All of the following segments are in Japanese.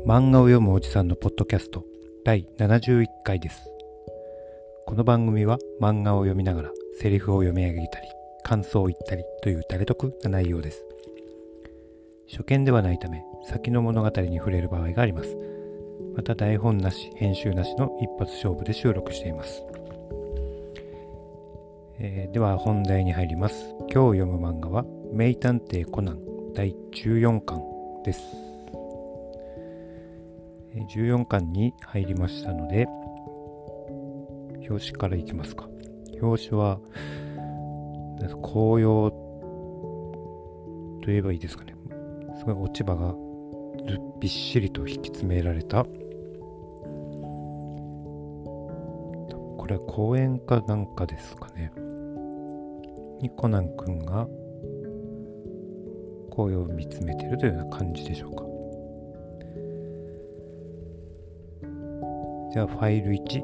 漫画を読むおじさんのポッドキャスト第71回です。この番組は漫画を読みながらセリフを読み上げたり感想を言ったりという誰得な内容です。初見ではないため先の物語に触れる場合があります。また台本なし編集なしの一発勝負で収録しています。では本題に入ります。今日読む漫画は名探偵コナン第14巻です。14巻に入りましたので表紙からいきますか。表紙は紅葉といえばいいですかね。すごい落ち葉がびっしりと引き詰められた、これは公園かなんかですかねにコナン君が紅葉を見つめているというような感じでしょうか。じゃあファイル1、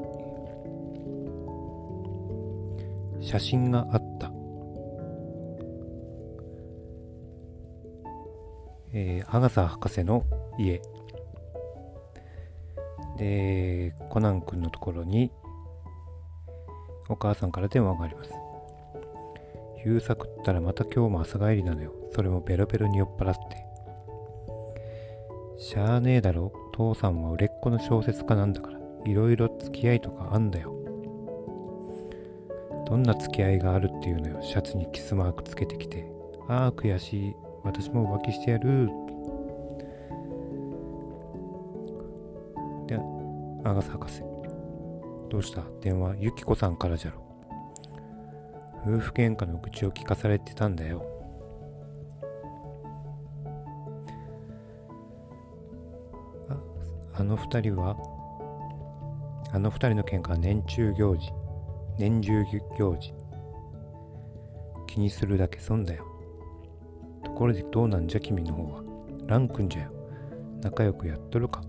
写真があった。アガサ博士の家で、コナン君のところにお母さんから電話があります。夕作ったらまた今日も朝帰りなのよ。それもベロベロに酔っ払って。しゃあねえだろ、父さんは売れっ子の小説家なんだからいろいろ付き合いとかあんだよ。どんな付き合いがあるっていうのよ。シャツにキスマークつけてきて、ああ悔しい、私も浮気してやる。で、アガサ博士、どうした？電話ユキコさんからじゃろ。夫婦喧嘩の愚痴を聞かされてたんだよ。あの二人の喧嘩は年中行事。気にするだけ損だよ。ところでどうなんじゃ君の方は。ラン君じゃよ。仲良くやっとるか。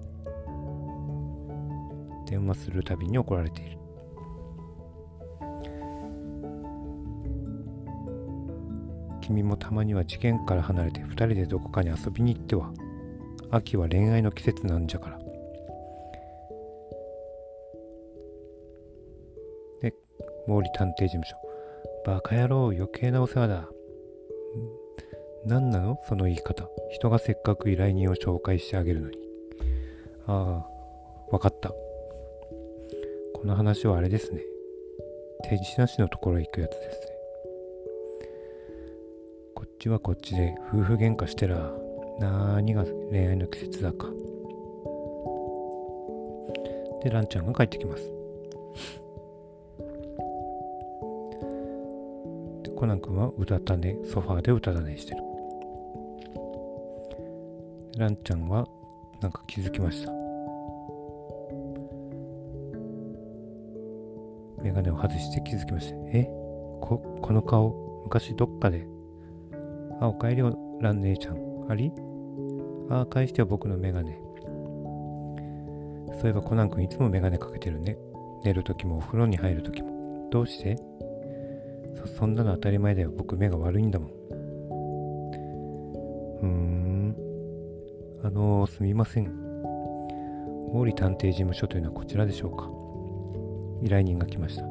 電話するたびに怒られている。君もたまには事件から離れて二人でどこかに遊びに行っては。秋は恋愛の季節なんじゃから。で、毛利探偵事務所。バカ野郎、余計なお世話だ。何なのその言い方。人がせっかく依頼人を紹介してあげるのに。ああ、わかった。この話はあれですね。手品師のところへ行くやつですね。こっちはこっちで夫婦喧嘩してら、何が恋愛の季節だか。で、ランちゃんが帰ってきます。で、コナン君はソファーでうたた寝してる。で、ランちゃんはなんか気づきました。メガネを外して気づきました。この顔、昔どっかで。おかえりよ、ラン姉ちゃん。返してよ、僕のメガネ。そういえばコナン君いつもメガネかけてるね。寝るときもお風呂に入るときも。どうして？そんなの当たり前だよ。僕目が悪いんだもん。すみません。毛利探偵事務所というのはこちらでしょうか。依頼人が来ました。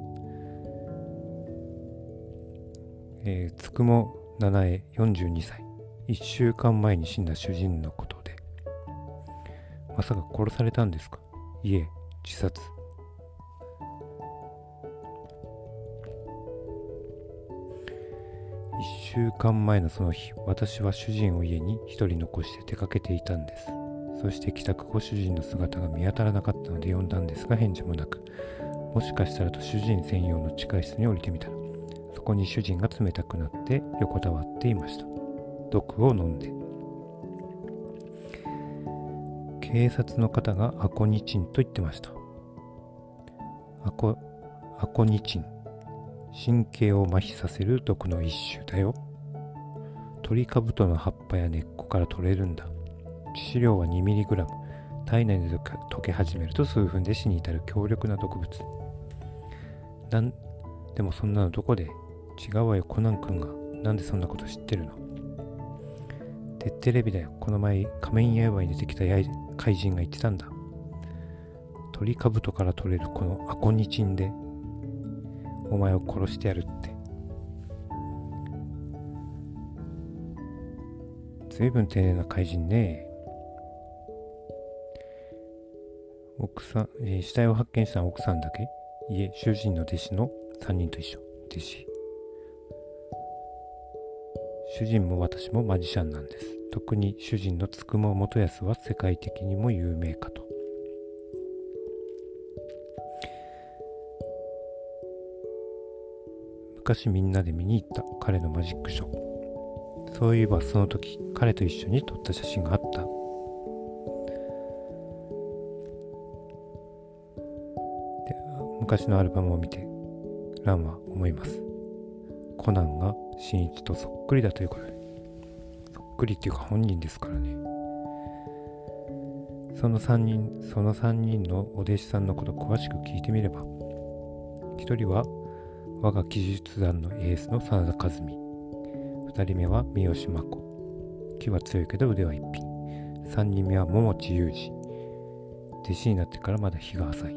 つくも七重42歳。1週間前に死んだ主人のことで。まさか殺されたんですか？いえ、自殺。1週間前のその日、私は主人を家に一人残して出かけていたんです。そして帰宅後主人の姿が見当たらなかったので呼んだんですが返事もなく、もしかしたらと主人専用の地下室に降りてみたら、そこに主人が冷たくなって横たわっていました。毒を飲んで。警察の方がアコニチンと言ってました。アコニチン、神経を麻痺させる毒の一種だよ。トリカブトの葉っぱや根っこから取れるんだ。致死量は 2mg。体内で溶け始めると数分で死に至る強力な毒物。でもそんなのどこで？違うわよ、コナン君が。なんでそんなこと知ってるの？テレビだよ。この前仮面刃に出てきた怪人が言ってたんだ。トリカブトから取れるこのアコニチンでお前を殺してやるって。ずいぶん丁寧な怪人ね。奥さん、死体を発見した奥さんだけ、いえ、主人の弟子の3人と一緒。弟子。主人も私もマジシャンなんです。特に主人のつくも元康は世界的にも有名かと。昔みんなで見に行った彼のマジックショー。そういえばその時彼と一緒に撮った写真があった。で、昔のアルバムを見てランは思います。コナンが新一とそっくりだということで。そっくりっていうか本人ですからね。その3人のお弟子さんのこと詳しく聞いてみれば、一人は我が奇術団のエースの真田和美、2人目は三好真子、気は強いけど腕は一品、3人目は桃地裕二、弟子になってからまだ日が浅い。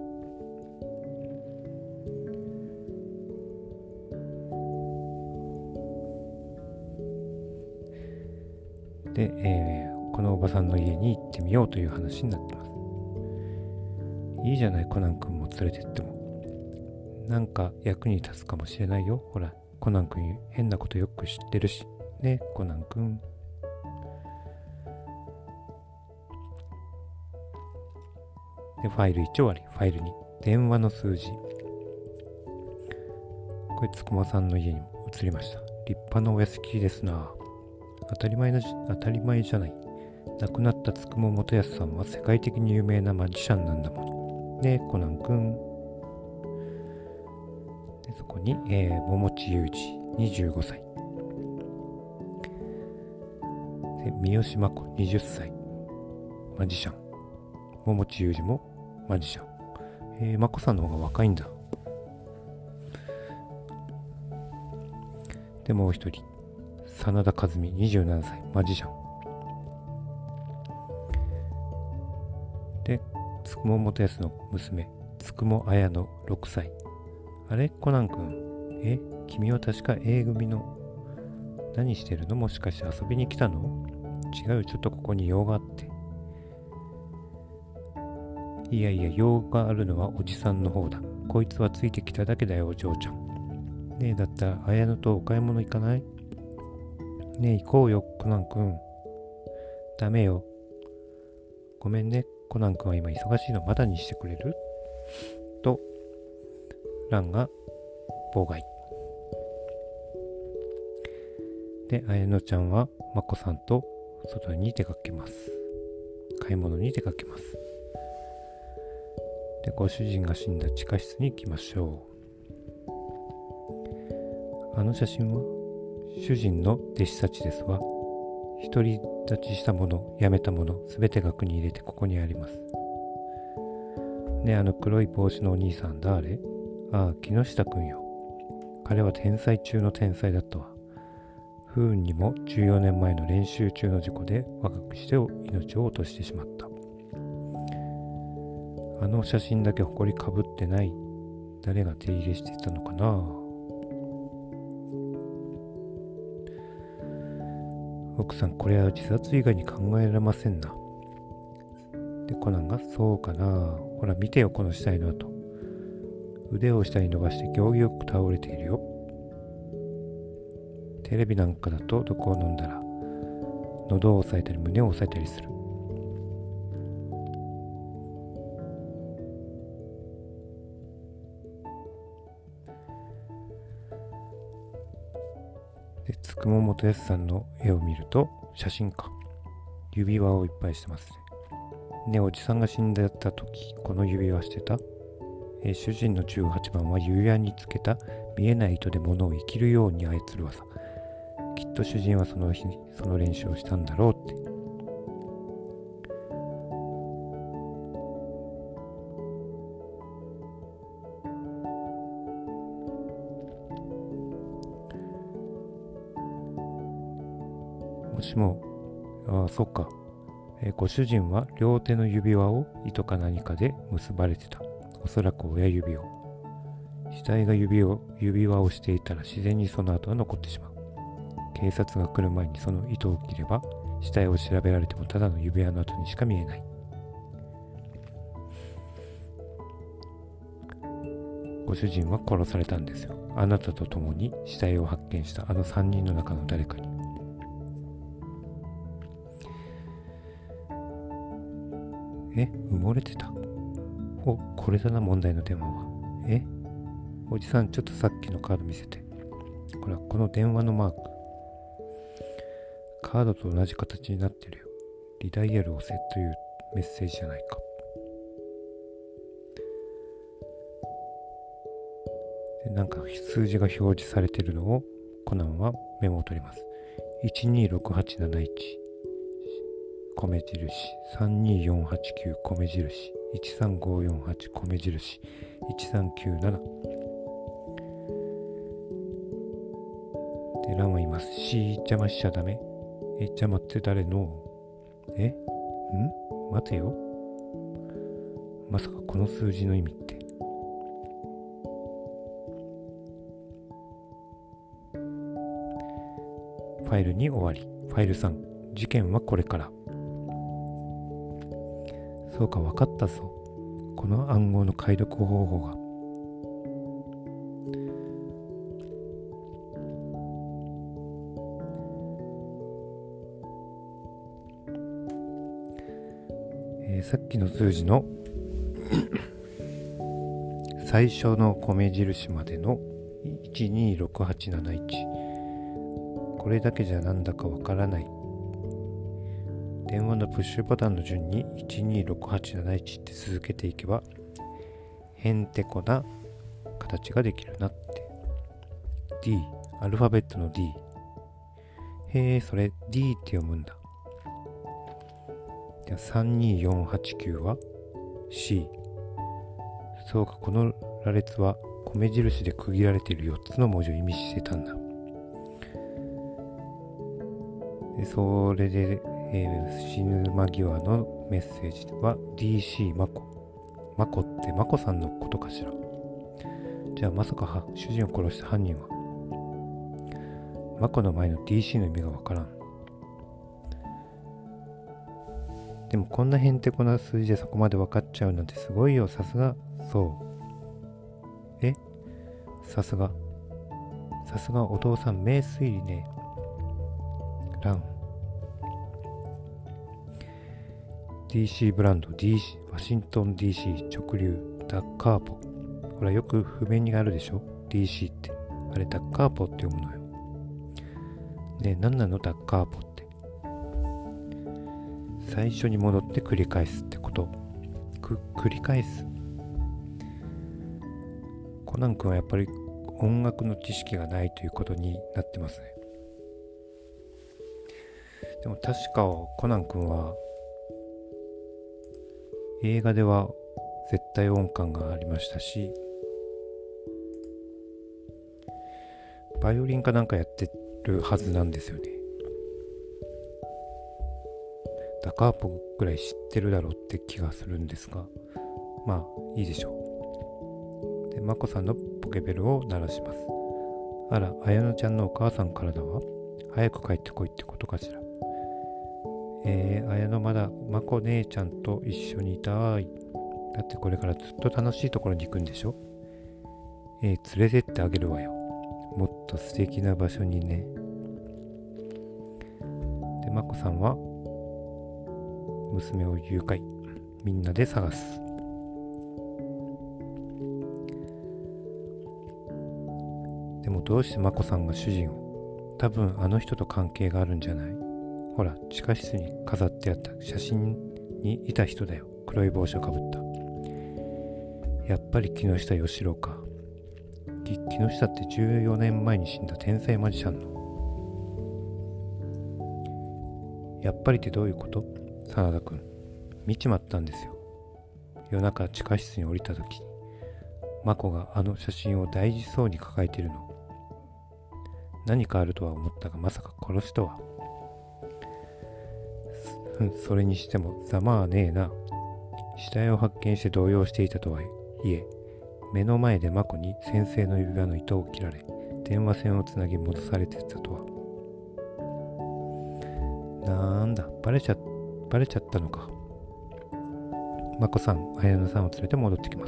で、このおばさんの家に行ってみようという話になってます。いいじゃない、コナン君も連れてっても。なんか役に立つかもしれないよ。ほら、コナン君変なことよく知ってるし。ね、コナン君。で、ファイル1終わり。ファイル2。電話の数字。これ、つくもさんの家にも移りました。立派なお屋敷ですな。当たり前じゃない。亡くなったつくも元康さんは世界的に有名なマジシャンなんだもの。ね、コナン君。そこに、桃地裕二25歳で、三好真子20歳マジシャン。桃地裕二もマジシャン。真子さんの方が若いんだ。で、もう一人真田和美27歳マジシャンで、つくも元康の娘つくも綾の6歳。あれ、コナン君。君は確か A 組の。何してるの？もしかして遊びに来たの？違うよ、ちょっとここに用があって。いやいや、用があるのはおじさんの方だ。こいつはついてきただけだよ、お嬢ちゃん。ねえ、だったら綾乃とお買い物行かない？ねえ、行こうよ、コナン君。ダメよ。ごめんね、コナン君は今忙しいの。まだにしてくれる？と、ランが妨害。で、綾乃ちゃんはまこさんと外に出かけます。買い物に出かけます。で、ご主人が死んだ地下室に行きましょう。あの写真は主人の弟子たちですわ。独り立ちしたもの、辞めたもの、すべて額に入れてここにあります。ね、あの黒い帽子のお兄さん誰？ああ、木下くんよ。彼は天才中の天才だったわ。不運にも14年前の練習中の事故で若くして命を落としてしまった。あの写真だけ埃かぶってない。誰が手入れしてたのかな。奥さん、これは自殺以外に考えられませんな。で、コナンが、そうかな。ほら見てよ、この死体の跡。腕を下に伸ばして行儀よく倒れているよ。テレビなんかだと毒を飲んだら喉を押さえたり胸を押さえたりする。で、つくも元康さんの絵を見ると写真か。指輪をいっぱいしてますね。ね、おじさんが死んだ時この指輪してた？主人の18番は指輪につけた見えない糸で物を生きるように操る技。きっと主人はその日その練習をしたんだろうって。もしも、ああ、そっか。 ご主人は両手の指輪を糸か何かで結ばれてた。おそらく親指を。死体が指輪をしていたら自然にその後は残ってしまう。警察が来る前にその糸を切れば死体を調べられてもただの指輪の跡にしか見えない。ご主人は殺されたんですよ。あなたと共に死体を発見したあの3人の中の誰かに。埋もれてた。これだな、問題の電話は。おじさん、ちょっとさっきのカード見せて。ほら、この電話のマーク。カードと同じ形になってるよ。リダイヤルを押せというメッセージじゃないか。で、なんか数字が表示されてるのをコナンはメモを取ります。126871米印、32489米印、13548米印、1397で、ランはいます。邪魔しちゃダメ。邪魔って誰の？待てよ。まさかこの数字の意味って。ファイルに終わり。ファイル3。事件はこれから。そうか、分かったぞ。この暗号の解読方法が。さっきの数字の最初の米印までの126871、これだけじゃなんだかわからない。電話のプッシュボタンの順に126871って続けていけばへんてこな形ができるなって。 D、 アルファベットの D。 へえ、それ D って読むんだ。32489は C。 そうか、この羅列は米印で区切られている4つの文字を意味してたんだ。で、それで、死ぬ間際のメッセージは DC マコ。マコってマコさんのことかしら。じゃあまさか主人を殺した犯人はマコの前の DC の意味がわからん。でもこんなへんてこな数字でそこまで分かっちゃうなんてすごいよ。さすが。そう。さすがお父さん名推理ね。ラン DC ブランド DC ワシントン DC 直流ダッカーポ。ほら、よく譜面にあるでしょ DC って。あれダッカーポって読むのよ。ねえ、何なのダッカーポって。最初に戻って繰り返すってこと。繰り返す。コナン君はやっぱり音楽の知識がないということになってますね。でも確かコナン君は映画では絶対音感がありましたし、バイオリンかなんかやってるはずなんですよね。ダカーポぐらい知ってるだろうって気がするんですが、まあいいでしょう。で、マコさんのポケベルを鳴らします。あら、綾乃ちゃんのお母さんからだわ。早く帰ってこいってことかしら。綾乃まだマコ姉ちゃんと一緒にいたい。だってこれからずっと楽しいところに行くんでしょ。連れてってあげるわよ。もっと素敵な場所にね。で、マコさんは娘を誘拐。みんなで探す。でもどうしてマコさんが主人を？多分あの人と関係があるんじゃない？ほら、地下室に飾ってあった写真にいた人だよ。黒い帽子をかぶった。やっぱり木下義郎か。木下って14年前に死んだ天才マジシャンの。やっぱりってどういうこと？真田くん、見ちまったんですよ。夜中地下室に降りた時にマコがあの写真を大事そうに抱えているの。何かあるとは思ったが、まさか殺しとは。 それにしてもざまあねえな。死体を発見して動揺していたとはいえ、目の前でマコに先生の指輪の糸を切られ、電話線をつなぎ戻されてたとは。なんだ、バレちゃったのか。マコさん、綾乃さんを連れて戻ってきます。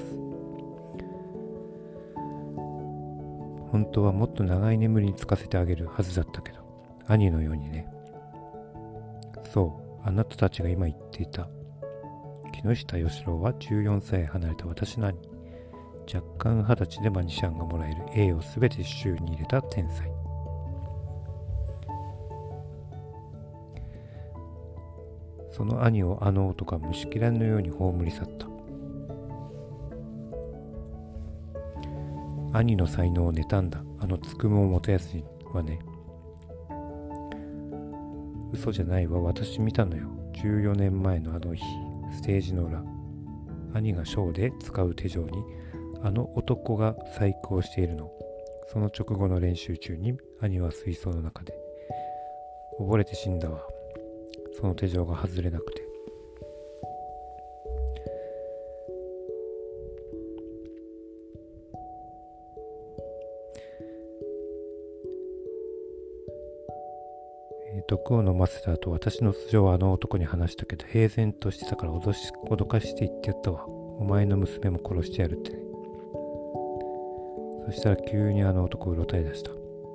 本当はもっと長い眠りにつかせてあげるはずだったけど、兄のようにね。そう、あなたたちが今言っていた木下義郎は14歳離れた私の兄。若干20歳でマジシャンがもらえる A をすべて手中に入れた天才。その兄をあの男は虫けらのように葬り去った。兄の才能を妬んだあのつくも元康はね。嘘じゃないわ、私見たのよ。14年前のあの日、ステージの裏。兄がショーで使う手錠にあの男が細工をしているの。その直後の練習中に兄は水槽の中で溺れて死んだわ。その手錠が外れなくて。毒を飲ませた後、私の素性はあの男に話したけど、平然としてたから脅かして言ってやったわ。お前の娘も殺してやるってね。そしたら急にあの男をうろたえ出した。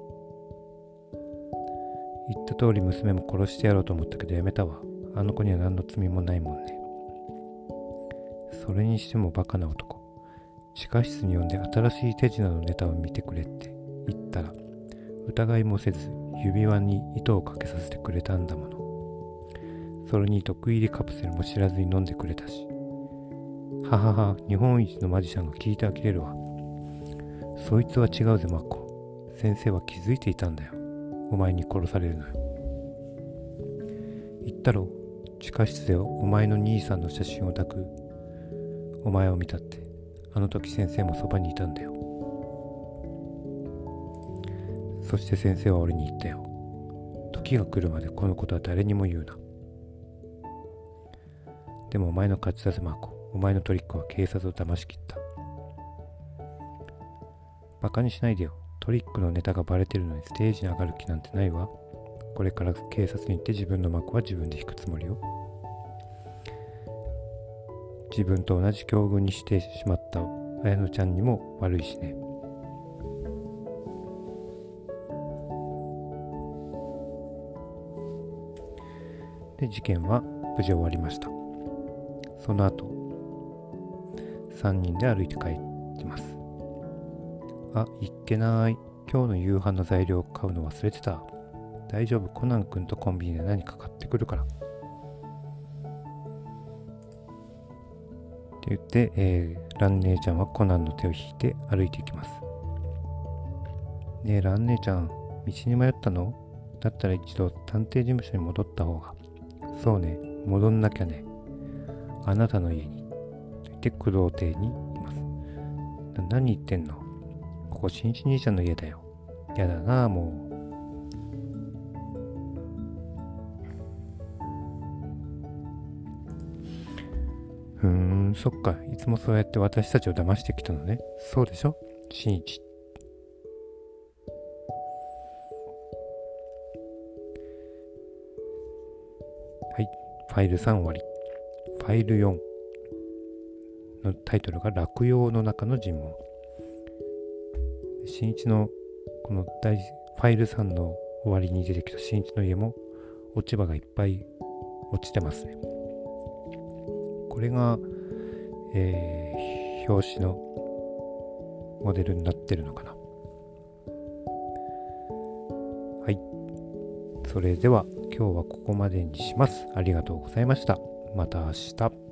言った通り娘も殺してやろうと思ったけどやめたわ。あの子には何の罪もないもんね。それにしてもバカな男。地下室に呼んで新しい手品のネタを見てくれって言ったら、疑いもせず指輪に糸をかけさせてくれたんだもの。それに毒入りカプセルも知らずに飲んでくれたし。ははは、日本一のマジシャンが聞いて呆れるわ。そいつは違うぜマコ。先生は気づいていたんだよ。お前に殺されるのよ。言ったろ、地下室でお前の兄さんの写真を抱くお前を見たって。あの時先生もそばにいたんだよ。そして先生は俺に言ったよ。時が来るまでこのことは誰にも言うな。でもお前の勝ちだぜマーコ。お前のトリックは警察を騙し切った。バカにしないでよ。トリックのネタがバレてるのにステージに上がる気なんてないわ。これから警察に行って自分の幕は自分で引くつもりよ。自分と同じ境遇にしてしまった綾乃ちゃんにも悪いしね。で、事件は無事終わりました。その後、3人で歩いて帰ってます。あ、いっけない。今日の夕飯の材料を買うの忘れてた。大丈夫、コナン君とコンビニで何か買ってくるから。って言って、ラン姉ちゃんはコナンの手を引いて歩いていきます。ねえ、ラン姉ちゃん、道に迷ったの？だったら一度探偵事務所に戻った方が。そうね、戻んなきゃね。あなたの家に。と言って工藤邸にいます。何言ってんの？ここ新一兄ちゃんの家だよ。やだなあ、もう。そっか。いつもそうやって私たちを騙してきたのね。そうでしょ？新一。はい。ファイル3終わり。ファイル4のタイトルが落葉の中の尋問。新一のこのファイル3の終わりに出てきた新一の家も落ち葉がいっぱい落ちてますね。これが、表紙のモデルになってるのかな。はい。それでは今日はここまでにします。ありがとうございました。また明日。